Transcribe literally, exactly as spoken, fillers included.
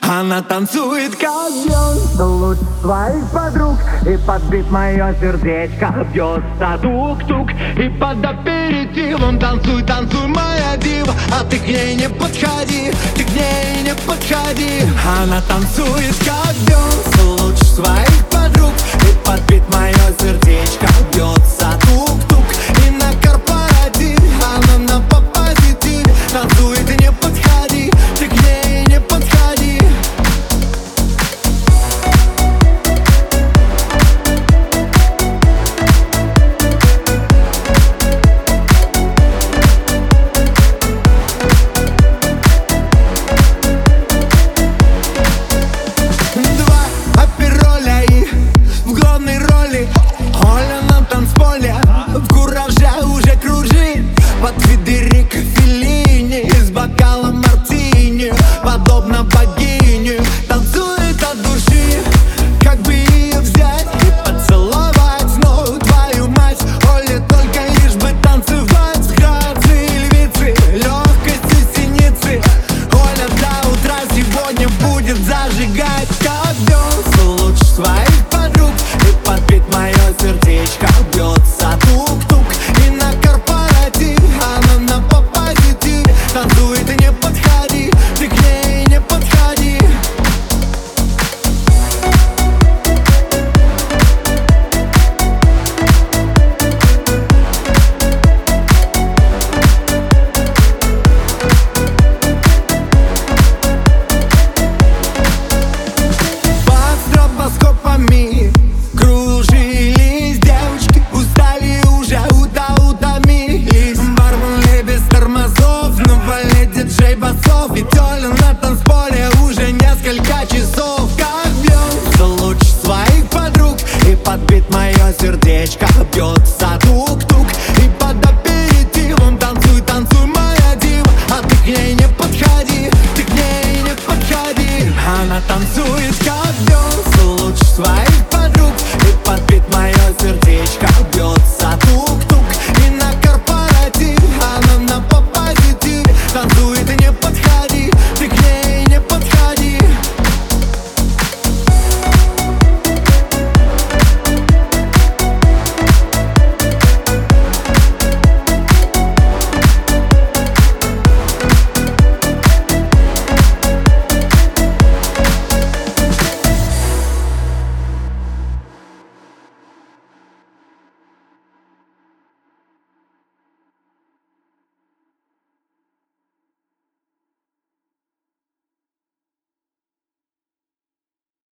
Она танцует, как бьется луч своих подруг, и подбит мое сердечко бьется тук-тук. И под аперитивом танцуй, танцуй, моя дива, а ты к ней не подходи, ты к ней не подходи. Она танцует, как бьется луч своих подруг, и подбит мое сердечко бьется тук-тук. И на корпоративе она на по-позитиве танцует, и не подходи, ты к ней не подходи. Под Федерико Феллини из бокала мартини, подобно богине, танцует от души. Как бы ее взять и поцеловать, но твою мать, Оле, только лишь бы танцевать с грацией львицы, легкостью синицы. Оля до утра сегодня будет зажигать, как бьется луч своих подруг, и подбит мое сердечко бьется тук-тук. И на корпоративе она на по-позитиве танцует, и не подходи, ты к ней не подходи. Под стробоскопами кружились девочки, устали уже, уда утомились. Бармен не без тормозов, но валит диджей басов. И Оля на танцполе уже несколько часов. Как бьется луч своих подруг, и подбит мое сердечко бьется тук-тук. И под аперитивом танцуй, танцуй, моя дива, а ты к ней не подходи, ты к ней не подходи. Она танцует.